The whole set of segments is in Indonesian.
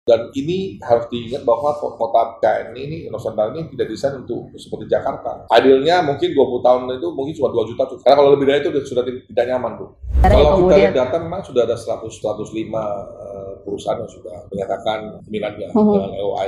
Dan ini harus diingat bahwa kota IKN ini Nusantara ini tidak desain untuk seperti Jakarta. Idealnya mungkin 20 tahun itu mungkin cuma 2 juta tuh. Karena kalau lebih dari itu sudah tidak nyaman tuh. Kalau kita lihat data memang sudah ada 105 perusahaan yang sudah menyatakan minatnya dengan LOI.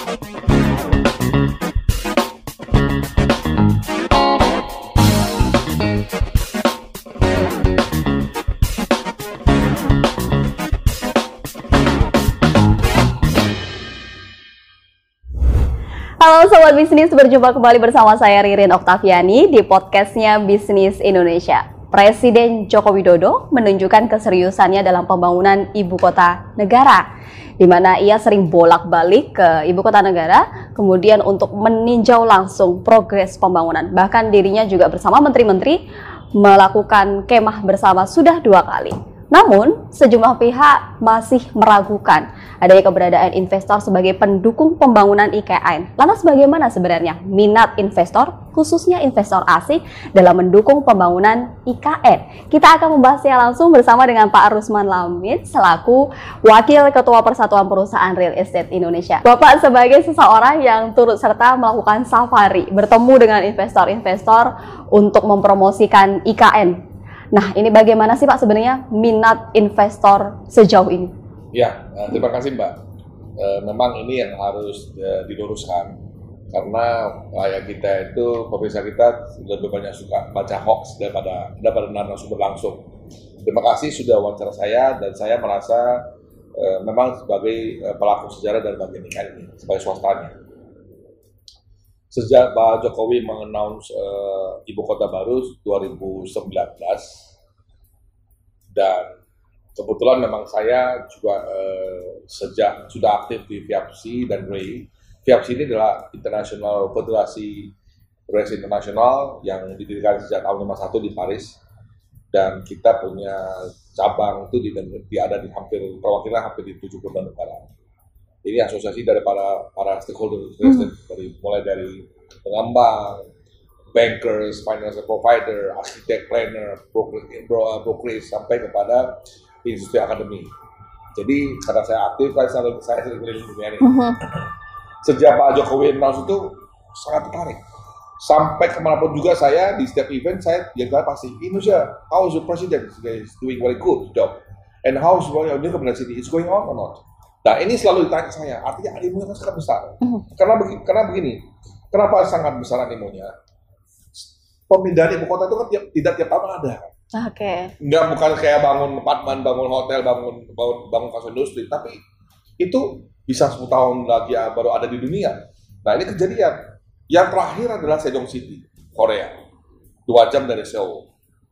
Halo Sobat Bisnis, berjumpa kembali bersama saya Ririn Oktaviani di podcastnya Bisnis Indonesia. Presiden Joko Widodo menunjukkan keseriusannya dalam pembangunan ibu kota negara, di mana ia sering bolak-balik ke ibu kota negara, kemudian untuk meninjau langsung progres pembangunan. Bahkan dirinya juga bersama menteri-menteri melakukan kemah bersama sudah 2 kali. Namun, sejumlah pihak masih meragukan adanya keberadaan investor sebagai pendukung pembangunan IKN. Lantas bagaimana sebenarnya minat investor, khususnya investor asing, dalam mendukung pembangunan IKN? Kita akan membahasnya langsung bersama dengan Pak Rusman Lamid, selaku Wakil Ketua Persatuan Perusahaan Real Estate Indonesia. Bapak sebagai seseorang yang turut serta melakukan safari, bertemu dengan investor-investor untuk mempromosikan IKN. Nah, ini bagaimana sih Pak sebenarnya minat investor sejauh ini? Ya, terima kasih Mbak. Memang ini yang harus diluruskan. Karena rakyat kita itu, pemirsa kita lebih banyak suka baca hoax daripada narasumber langsung. Terima kasih sudah wawancara saya, dan saya merasa memang sebagai pelaku sejarah dari bagian ini, sebagai swastanya. Sejak Pak Jokowi mengannounce ibu kota baru 2019, dan kebetulan memang saya juga sejak sudah aktif di FIAPSI dan REI. FIAPSI ini adalah International Federasi Real Estate Internasional yang didirikan sejak tahun 51 di Paris, dan kita punya cabang itu ada di perwakilan hampir di 70 negara. Ini asosiasi dari para stakeholder, mulai dari pengembang, bankers, financial provider, arsitek, planner, brokerage, sampai kepada industri akademi. Jadi karena saya aktif, saya sering keliling dunia ini. Sejak Pak Jokowi announce itu sangat tertarik. Sampai kemanapun juga saya di setiap event saya yang pasti Indonesia, how is the president is doing very good job, and how is the government is going on or not. Nah, ini selalu ditanya saya, artinya animonya sangat besar. Karena begini, kenapa sangat besar animonya? Pemindahan ibu kota itu kan tidak tiap tahun ada. Oke. Bukan kayak bangun apartemen, bangun hotel, bangun kawasan industri, tapi itu bisa 10 tahun lagi baru ada di dunia. Nah, ini kejadian. Yang terakhir adalah Sejong City, Korea. 2 jam dari Seoul.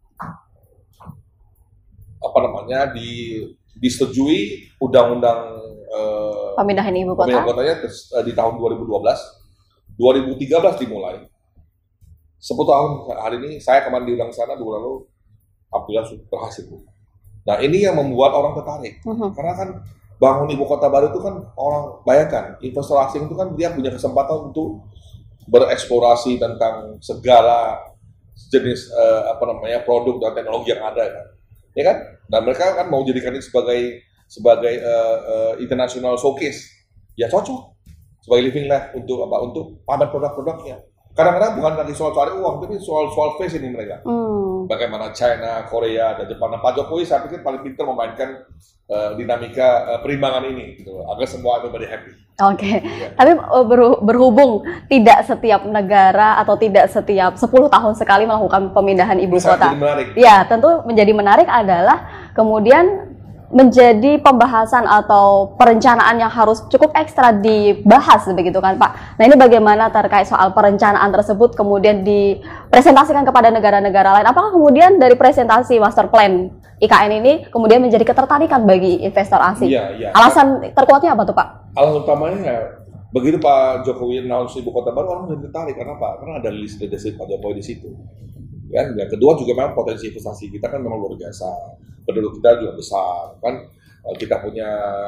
Disetujui undang-undang pemindahan ibu kota. Pemindahan kotanya di tahun 2012, 2013 dimulai. 10 tahun hari ini saya kemarin diundang sana 2 lalu, alhamdulillah berhasil. Nah, ini yang membuat orang tertarik. Karena kan bangun ibu kota baru itu kan orang bayangkan investor asing itu kan dia punya kesempatan untuk bereksplorasi tentang segala jenis produk dan teknologi yang ada kan. Ya kan? Dan mereka kan mau jadikan ini sebagai international showcase, ya cocok sebagai living lab untuk pamer produk-produknya. Kadang-kadang bukan lagi soal cari uang, tapi soal face ini mereka. Bagaimana China, Korea, dan Jepang. Nah, Pak Jokowi saya pikir paling pintar memainkan dinamika perimbangan ini, gitu, agar semua everybody happy. Oke. Ya. Tapi berhubung tidak setiap negara atau tidak setiap 10 tahun sekali melakukan pemindahan ibu kota. Ya, tentu menjadi menarik adalah kemudian menjadi pembahasan atau perencanaan yang harus cukup ekstra dibahas begitu kan Pak. Nah, ini bagaimana terkait soal perencanaan tersebut kemudian dipresentasikan kepada negara-negara lain. Apakah kemudian dari presentasi master plan IKN ini kemudian menjadi ketertarikan bagi investor asing? Iya. Alasan terkuatnya apa tuh Pak? Alasan utamanya begitu Pak Jokowi announce ibu kota baru, orang jadi tertarik. Karena ada list leadership Pak Jokowi di situ. Ya, yang kedua juga memang potensi investasi kita kan memang luar biasa. Penduduk kita juga besar, kan kita punya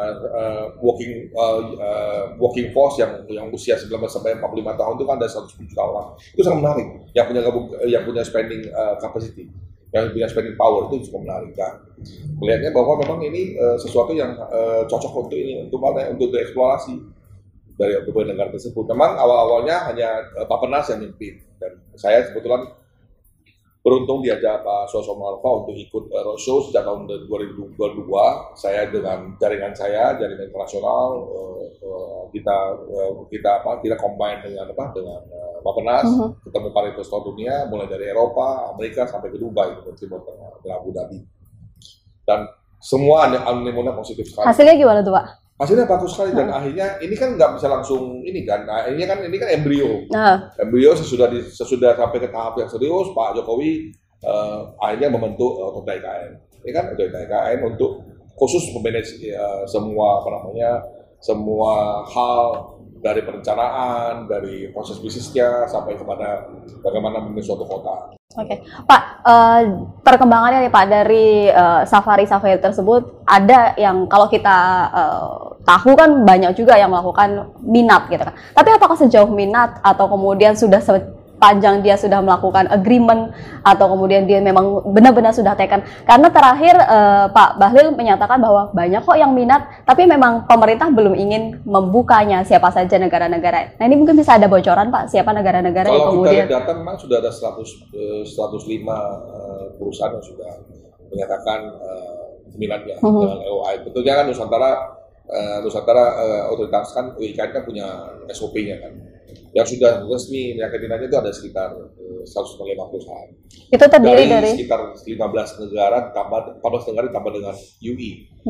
working force yang usia 19 sampai 45 tahun itu kan ada 110 juta orang. Itu sangat menarik. Yang punya spending capacity. yang punya spending power itu cukup menarik. Nah, melihatnya bahwa memang ini sesuatu yang cocok untuk ini, untuk dieksplorasi dari beberapa negara tersebut. Memang awal-awalnya hanya Bappenas yang mimpin, dan saya kebetulan beruntung diajak Pak Suarso Monoarfa untuk ikut roadshow sejak tahun 2022. Saya dengan jaringan internasional, kita combine dengan Bappenas, ketemu para investor dunia, mulai dari Eropa, Amerika sampai ke Dubai, Timur Tengah, dan Abu Dhabi. Dan semua anemonya positif sekali. Hasilnya gimana tuh Pak? Hasilnya bagus sekali, dan akhirnya ini kan nggak bisa langsung ini kan. Nah, ini kan embrio. Embrio sesudah sampai ke tahap yang serius, Pak Jokowi akhirnya membentuk otoritas IKN. Ini kan otoritas IKN untuk khusus memanage semua hal dari perencanaan, dari proses bisnisnya sampai kepada bagaimana memanage suatu kota. Oke, Pak, perkembangannya nih Pak dari safari tersebut ada yang kalau kita tahu kan banyak juga yang melakukan minat gitu kan. Tapi apakah sejauh minat atau kemudian sudah sepanjang dia sudah melakukan agreement atau kemudian dia memang benar-benar sudah taken? Karena terakhir Pak Bahlil menyatakan bahwa banyak kok yang minat, tapi memang pemerintah belum ingin membukanya siapa saja negara-negara. Nah ini mungkin bisa ada bocoran Pak, siapa negara-negara yang kemudian? Kalau kita lihat data memang sudah ada 105 perusahaan yang sudah menyatakan minatnya dengan LOI. Betulnya kan Nusantara otoritas kan IKN kan punya SOP-nya kan. Yang sudah resmi meyakinkannya itu ada sekitar 105 perusahaan. Itu terdiri dari sekitar 15 negara tambah 14 negara ditambah dengan UE.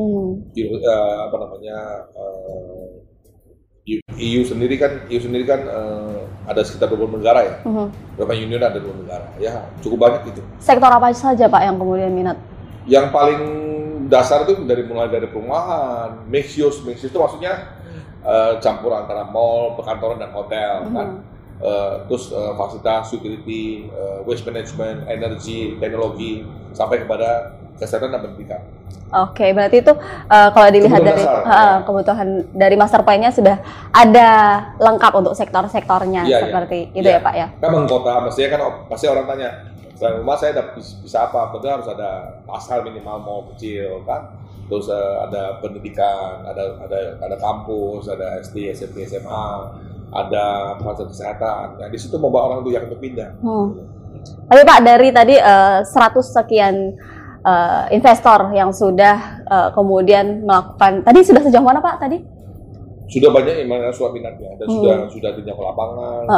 EU sendiri kan ada sekitar 20 negara ya. European Union ada 20 negara. Ya, cukup banyak itu. Sektor apa saja Pak yang kemudian minat? Yang paling dasar itu mulai dari perumahan, mixed use itu maksudnya campur antara mall, perkantoran dan hotel kan. Terus fasilitas, security, waste management, energi, teknologi, sampai kepada kesehatan dan pendidikan. Oke, berarti itu kalau dilihat dari kebutuhan dari master plan-nya sudah ada lengkap untuk sektor-sektornya seperti itu ya Pak ya. Kan kota mestinya kan pasti orang tanya, selain rumah saya bisa apa? Betul harus ada pasar minimal mall kecil kan. Terus ada pendidikan, ada kampus, ada SD, SMP, SMA, ada fasilitas kesehatan. Nah, di situ membawa orang itu yang untuk pindah. Tapi Pak, dari tadi 100 sekian investor yang sudah kemudian melakukan, tadi sudah sejauh mana Pak tadi? Sudah banyak yang sudah minatnya dan sudah tinjau ke lapangan.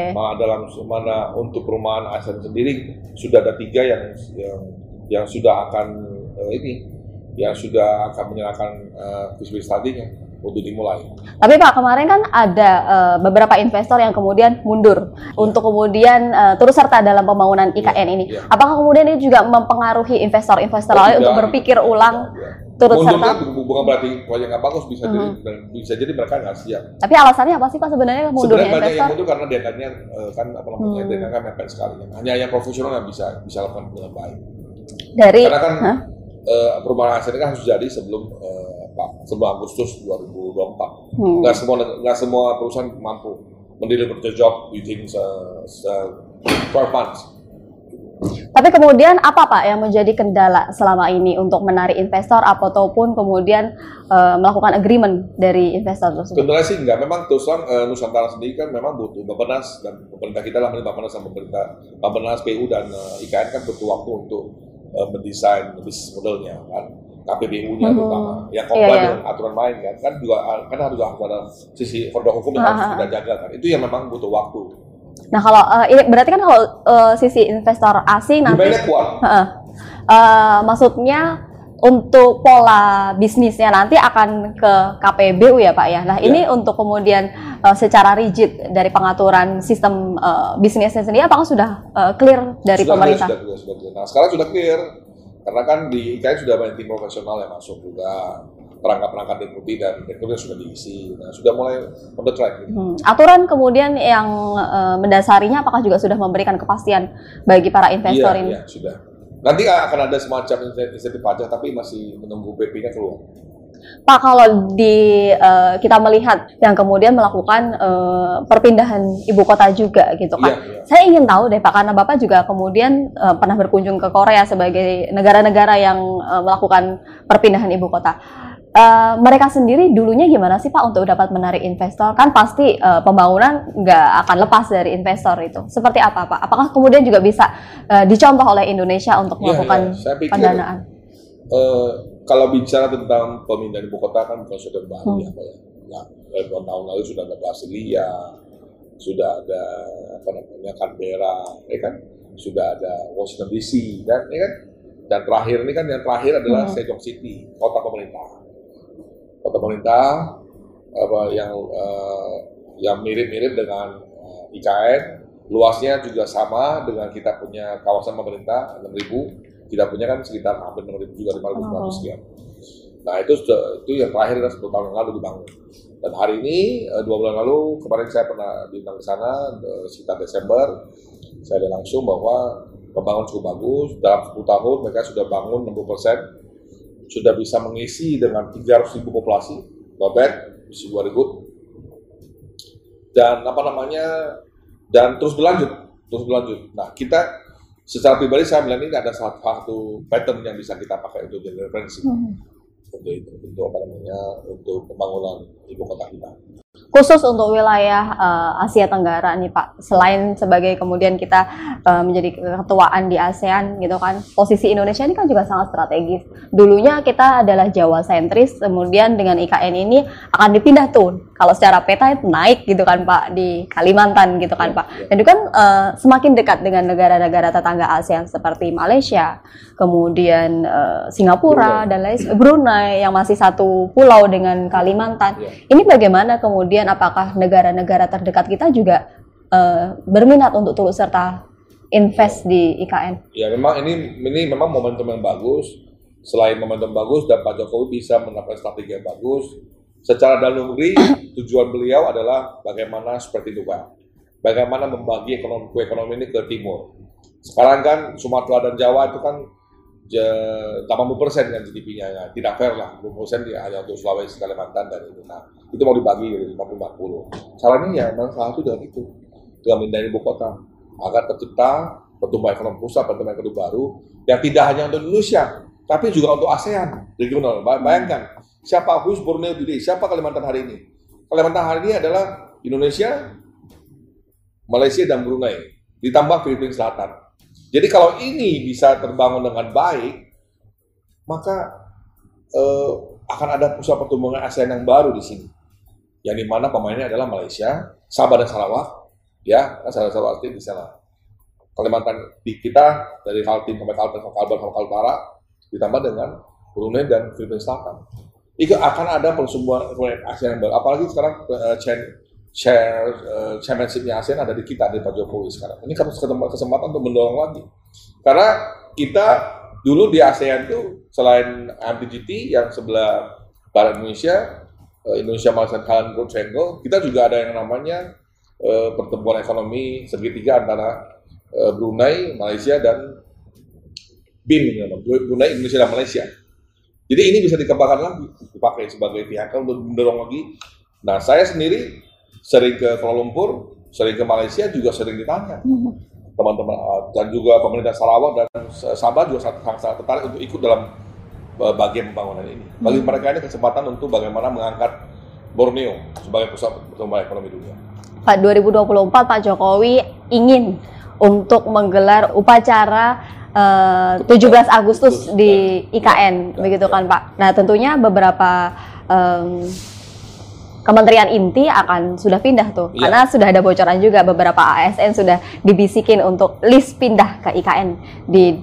Mana untuk perumahan ASN sendiri sudah ada 3 yang sudah akan yang sudah akan menyerahkan feasibility study-nya untuk dimulai. Tapi Pak, kemarin kan ada beberapa investor yang kemudian mundur untuk kemudian turut serta dalam pembangunan IKN ini. Apakah kemudian ini juga mempengaruhi investor-investor lain untuk berpikir ulang turut serta? Bukan berarti proyek nggak bagus, bisa jadi mereka nggak siap. Tapi alasannya apa sih Pak sebenarnya mundurnya investor? Sebenarnya banyak yang mundur karena deadline-nya deadline-nya mepet sekali. Hanya yang profesional yang bisa lakukan dengan baik. Karena kan perumahan ASN kan harus jadi sebelum Agustus 2024. Nggak semua perusahaan mampu mendeliver the job within 12 months. Tapi kemudian apa Pak yang menjadi kendala selama ini untuk menarik investor ataupun kemudian melakukan agreement dari investor tersebut? Kendala sih enggak, memang terus terang Nusantara sendiri kan memang butuh Bappenas dan pemerintah kita lah, Bappenas dan pemerintah, Bappenas, PU dan IKN kan butuh waktu untuk mendesain bisnis modelnya kan, KPBU-nya terutama yang komplain dengan aturan main kan juga kan harus ada sisi produk hukum yang harus kita jaga kan, itu yang memang butuh waktu. Nah kalau berarti kan kalau sisi investor asing nanti maksudnya untuk pola bisnisnya nanti akan ke KPBU ya Pak ya. Nah ini untuk kemudian secara rigid dari pengaturan sistem bisnisnya sendiri apakah sudah clear dari pemerintah? Sudah clear. Nah sekarang sudah clear karena kan di IKN sudah banyak tim profesional yang masuk juga, perangkat-perangkat deputi dan direktur sudah diisi. Nah sudah mulai on the track. Aturan kemudian yang mendasarinya apakah juga sudah memberikan kepastian bagi para investor ini? Iya sudah. Nanti akan ada semacam insentif pajak tapi masih menunggu BP-nya keluar. Pak, kalau kita melihat yang kemudian melakukan perpindahan ibu kota juga gitu kan. Iya. Saya ingin tahu deh Pak, karena Bapak juga kemudian pernah berkunjung ke Korea sebagai negara-negara yang melakukan perpindahan ibu kota. Mereka sendiri dulunya gimana sih Pak untuk dapat menarik investor? Kan pasti pembangunan nggak akan lepas dari investor itu. Seperti apa Pak? Apakah kemudian juga bisa dicontoh oleh Indonesia untuk melakukan Saya pikir, pendanaan? kalau bicara tentang pemindahan ibu kota kan bukan sudah baru ya Pak ya. Nah, tahun lalu sudah ada Brasilia, sudah ada Canberra, ya kan? Sudah ada Washington DC, dan ya kan? Dan terakhir ini kan yang terakhir adalah Sejong City, kota pemerintah yang mirip-mirip dengan IKN, luasnya juga sama dengan kita punya kawasan pemerintah 6.000. Kita punya kan sekitar hampir 6.000 juga 500 sekian. Nah itu yang terakhir kan 10 tahun yang lalu dibangun. Dan hari ini 2 bulan lalu kemarin saya pernah diundang ke sana sekitar Desember. Saya lihat langsung bahwa pembangunan cukup bagus. Dalam 10 tahun mereka sudah bangun 60%, sudah bisa mengisi dengan 300.000 populasi, bed, isi 2.000. Dan dan terus berlanjut. Nah kita secara pribadi saya bilang ini ada satu pattern yang bisa kita pakai untuk jadi referensi untuk pembangunan ibu kota kita. Khusus untuk wilayah Asia Tenggara nih Pak, selain sebagai kemudian kita menjadi keketuaan di ASEAN gitu kan, posisi Indonesia ini kan juga sangat strategis. Dulunya kita adalah Jawa sentris, kemudian dengan IKN ini akan dipindah tuh. Kalau secara peta itu naik gitu kan Pak di Kalimantan gitu kan Pak. Dan itu kan semakin dekat dengan negara-negara tetangga ASEAN seperti Malaysia, kemudian Singapura dan lain Brunei yang masih satu pulau dengan Kalimantan. Ini bagaimana kemudian apakah negara-negara terdekat kita juga berminat untuk turut serta invest di IKN? Ya memang ini memang momentum yang bagus. Selain momentum bagus dan Pak Jokowi bisa mendapat strategi yang bagus. Secara dalam negeri tujuan beliau adalah bagaimana seperti itu Pak. Bagaimana membagi ekonomi ini ke timur. Sekarang kan Sumatera dan Jawa itu kan 80% kan GDP-nya, ya. Tidak fair lah, 20% hanya untuk Sulawesi, Kalimantan dan itu. Nah, itu mau dibagi jadi 50-40. Caranya ya memang salah satu dengan itu, dengan pindahin ibu kota, agar tercipta pertumbuhan ekonomi pusat, pertumbuhan ekonomi baru yang tidak hanya untuk Indonesia, tapi juga untuk ASEAN regional. Bayangkan, siapa Hus Borneo Diri, siapa Kalimantan hari ini? Kalimantan hari ini adalah Indonesia, Malaysia dan Brunei, ditambah Filipina Selatan. Jadi kalau ini bisa terbangun dengan baik, maka akan ada pusat pertumbuhan ASEAN yang baru di sini. Yang dimana pemainnya adalah Malaysia, Sabah dan Sarawak, ya, Sarawak di sana. Kalimantan di kita dari Kaltim sampai Kalbar sampai Kalbar ditambah dengan Brunei dan Filipina Selatan. Itu akan ada pertumbuhan ASEAN yang baru. Apalagi sekarang championship-nya ASEAN ada di kita, di Pak Jokowi sekarang. Ini kesempatan untuk mendorong lagi. Karena kita dulu di ASEAN itu selain MTGT yang sebelah barat Indonesia, Indonesia Malaysia Thailand Growth Triangle, kita juga ada yang namanya pertemuan ekonomi segitiga antara Brunei, Malaysia dan BIM, Brunei, Indonesia dan Malaysia. Jadi ini bisa dikembangkan lagi, dipakai sebagai pihak untuk mendorong lagi. Nah, saya sendiri sering ke Kuala Lumpur, sering ke Malaysia juga sering ditanya teman-teman dan juga pemerintah Sarawak dan Sabah juga sangat tertarik untuk ikut dalam bagian pembangunan ini. Bagi mereka ini kesempatan untuk bagaimana mengangkat Borneo sebagai pusat pertumbuhan ekonomi dunia. Pak, 2024 Pak Jokowi ingin untuk menggelar upacara 17 Agustus di IKN, begitu kan Pak. Nah tentunya beberapa kementerian inti akan sudah pindah tuh, karena sudah ada bocoran juga beberapa ASN sudah dibisikin untuk list pindah ke IKN di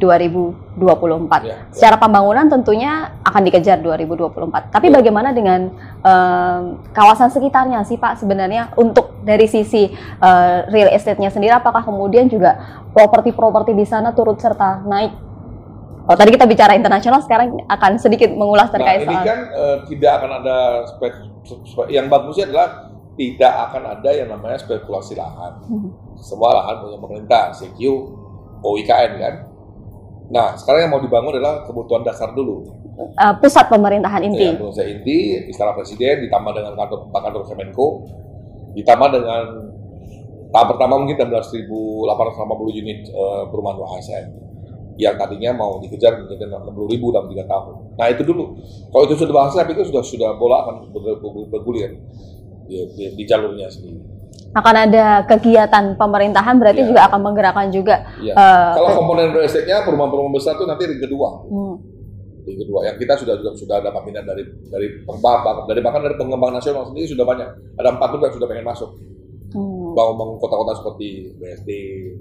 2024. Secara pembangunan tentunya akan dikejar 2024. Tapi bagaimana dengan kawasan sekitarnya sih Pak sebenarnya untuk dari sisi real estate-nya sendiri, apakah kemudian juga properti-properti di sana turut serta naik? Oh, tadi kita bicara internasional, sekarang akan sedikit mengulas terkait soal. Nah, ini kan tidak akan ada yang bagusnya adalah tidak akan ada yang namanya spekulasi lahan. Semua lahan punya pemerintah, CQ, OIKN kan. Nah, sekarang yang mau dibangun adalah kebutuhan dasar dulu. Pusat pemerintahan inti. Ya, pusat inti, istana presiden, ditambah dengan kantor Kemenko, ditambah dengan tahap pertama mungkin 16.880 unit perumahan ASN yang tadinya mau dikejar menjadi 60.000 dalam 3 tahun. Nah itu dulu. Kalau itu sudah berhasil, itu sudah bola akan bergulir di jalurnya sendiri. Akan ada kegiatan pemerintahan berarti juga akan menggerakkan juga. Kalau komponen real estate-nya perumahan-perumahan besar itu nanti ring kedua. Ring kedua yang kita sudah dapat minat dari bahkan dari pengembang nasional sendiri sudah banyak. Ada 4 yang sudah pengen masuk. Bangun kota-kota seperti BSD,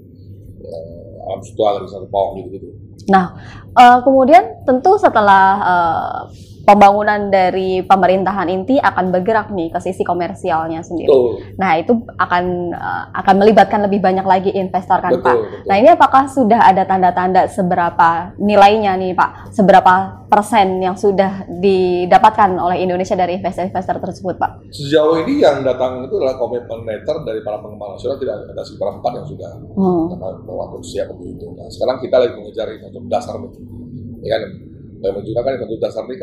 Alam Sutra, Alisal Pong gitu. Nah, kemudian tentu setelah pembangunan dari pemerintahan inti akan bergerak nih ke sisi komersialnya sendiri. Betul. Nah, itu akan melibatkan lebih banyak lagi investor kan, Pak. Betul. Nah, ini apakah sudah ada tanda-tanda seberapa nilainya nih, Pak? Seberapa persen yang sudah didapatkan oleh Indonesia dari investor-investor tersebut, Pak? Sejauh ini yang datang itu adalah komitmen letter dari para pengembang nasional, tidak ada sekitar 4 yang sudah waktu siap untuk itu. Nah, sekarang kita lagi mengejar investor dasar itu, ya kan? Memang juga kan investor dasar ini kan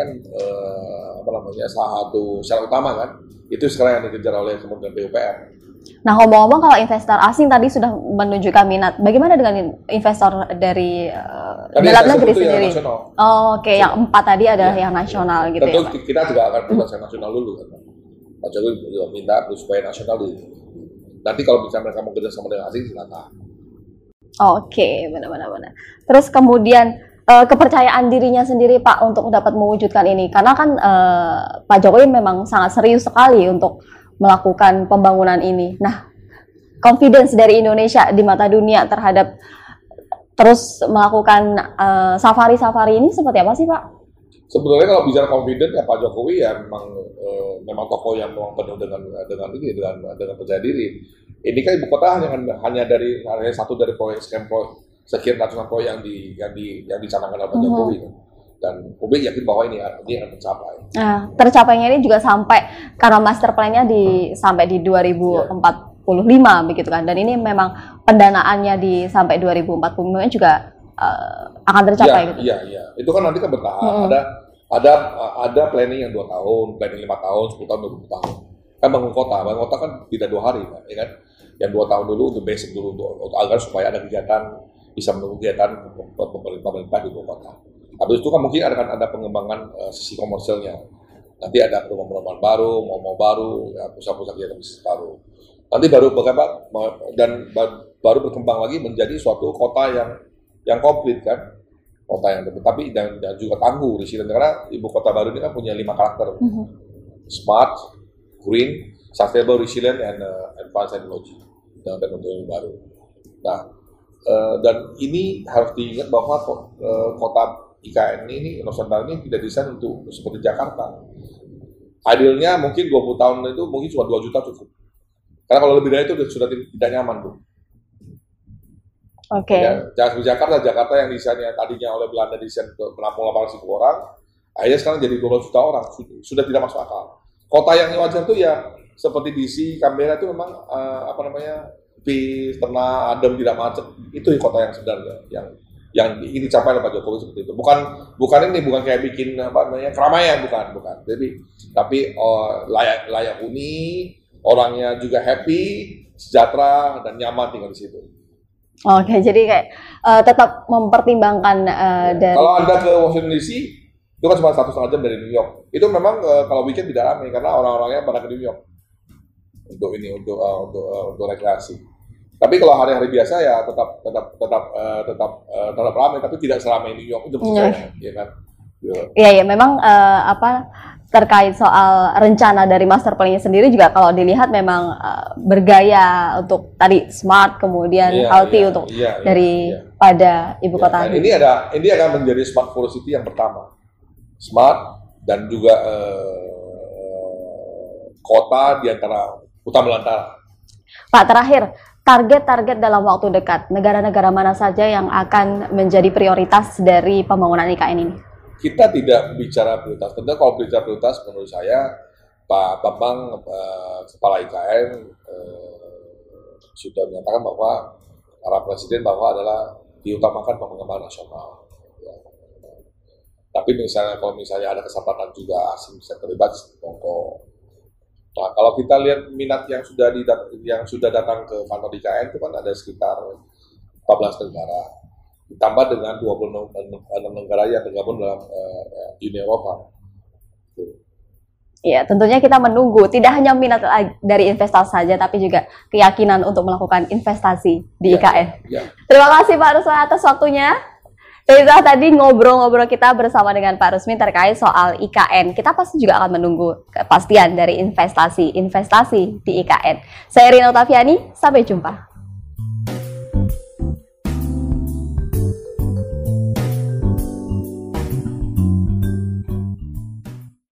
salah satu syarat utama kan, itu sekarang yang dikejar oleh Kementerian PUPR. Nah, ngomong-ngomong kalau investor asing tadi sudah menunjukkan minat, bagaimana dengan investor dari dalam negeri sendiri? Oke, yang 4 tadi adalah yang nasional gitu. Tentu ya, kita juga akan prioritaskan nasional dulu kan. Pak Jokowi juga minta supaya nasional dulu. Nanti kalau bisa mereka mau kerja sama dengan asing silakan. Oke, benar. Terus kemudian kepercayaan dirinya sendiri Pak untuk dapat mewujudkan ini, karena kan Pak Jokowi memang sangat serius sekali untuk melakukan pembangunan ini. Nah, confidence dari Indonesia di mata dunia terhadap terus melakukan safari-safari ini seperti apa sih Pak? Sebetulnya kalau bicara confident ya Pak Jokowi ya memang tokoh yang memang penuh dengan percaya diri. Ini kan ibu kota hanya satu dari sekian ratusan proyek yang dicanangkan oleh Pak Jokowi. Dan publik yakin bahwa ini akan tercapai. Tercapainya ini juga sampai karena master plan-nya sampai di 2045 begitu kan. Dan ini memang pendanaannya sampai 2045 juga akan tercapai gitu. Iya. Itu kan nanti kan bertahap. Ada planning yang 2 tahun, planning 5 tahun, 10 tahun, 20 tahun. Kan bangun kota kan tidak 2 hari kan, ya kan? Yang 2 tahun dulu untuk basic dulu untuk agar supaya ada kegiatan bisa menunggu kegiatan pemerintah di kota. Habis itu kan mungkin ada pengembangan sisi komersialnya. Nanti ada rumah-rumah baru, mau baru, ya, pusat-pusat kegiatan bisnis baru. Nanti baru baru berkembang lagi menjadi suatu kota yang komplit kan, kota yang tapi dan juga tangguh resilient, karena ibu kota baru ini kan punya 5 karakter: smart, green, sustainable, resilient, and advanced technology dengan teknologi baru. Nah, dan ini harus diingat bahwa kota IKN ini, Nusantara ini tidak desain untuk seperti Jakarta. Idealnya mungkin 20 tahun itu mungkin cuma 2 juta cukup. Karena kalau lebih dari itu sudah tidak nyaman, Bu. Oke. Ya, jangan seperti Jakarta yang desainnya tadinya oleh Belanda desain untuk menampung 800.000 orang, akhirnya sekarang jadi 12 juta orang, sudah tidak masuk akal. Kota yang wajar itu ya seperti DC, Canberra itu memang peace, tenang, adem, tidak macet. Itu kota yang sebenarnya yang ingin dicapai oleh Pak Jokowi seperti itu. Bukan kayak bikin keramaian, bukan. Tapi layak huni, orangnya juga happy, sejahtera dan nyaman tinggal di situ. Oke, jadi kayak tetap mempertimbangkan dari. Kalau Anda ke Washington DC, itu kan cuma 1,5 jam dari New York. Itu memang kalau weekend tidak ramai karena orang-orangnya pada ke New York untuk rekreasi. Tapi kalau hari-hari biasa ya tetap ramai, tapi tidak seramai New York itu percaya, ya kan? Iya, memang terkait soal rencana dari master plan-nya sendiri juga kalau dilihat memang bergaya untuk tadi smart, kemudian healthy pada ibu kota. Ini akan menjadi smart for city yang pertama, smart dan juga kota di antara utama belantara. Pak, terakhir, target-target dalam waktu dekat, negara-negara mana saja yang akan menjadi prioritas dari pembangunan IKN ini? Kita tidak bicara prioritas. Tentu kalau bicara prioritas, menurut saya Pak Bambang, Kepala IKN, sudah menyatakan bahwa para presiden bahwa adalah diutamakan pengembangan nasional. Tapi kalau misalnya ada kesempatan juga asing bisa terlibat, monggo. Nah, kalau kita lihat minat yang sudah datang ke kantor IKN itu kan ada sekitar 14 negara, ditambah dengan 26 negara yang tergabung dalam Uni Eropa. Ya, tentunya kita menunggu tidak hanya minat dari investasi saja, tapi juga keyakinan untuk melakukan investasi di IKN. Terima kasih Pak Rusman atas waktunya. Itulah tadi ngobrol-ngobrol kita bersama dengan Pak Rusmin terkait soal IKN. Kita pasti juga akan menunggu kepastian dari investasi di IKN. Saya Rina Otaviani, sampai jumpa.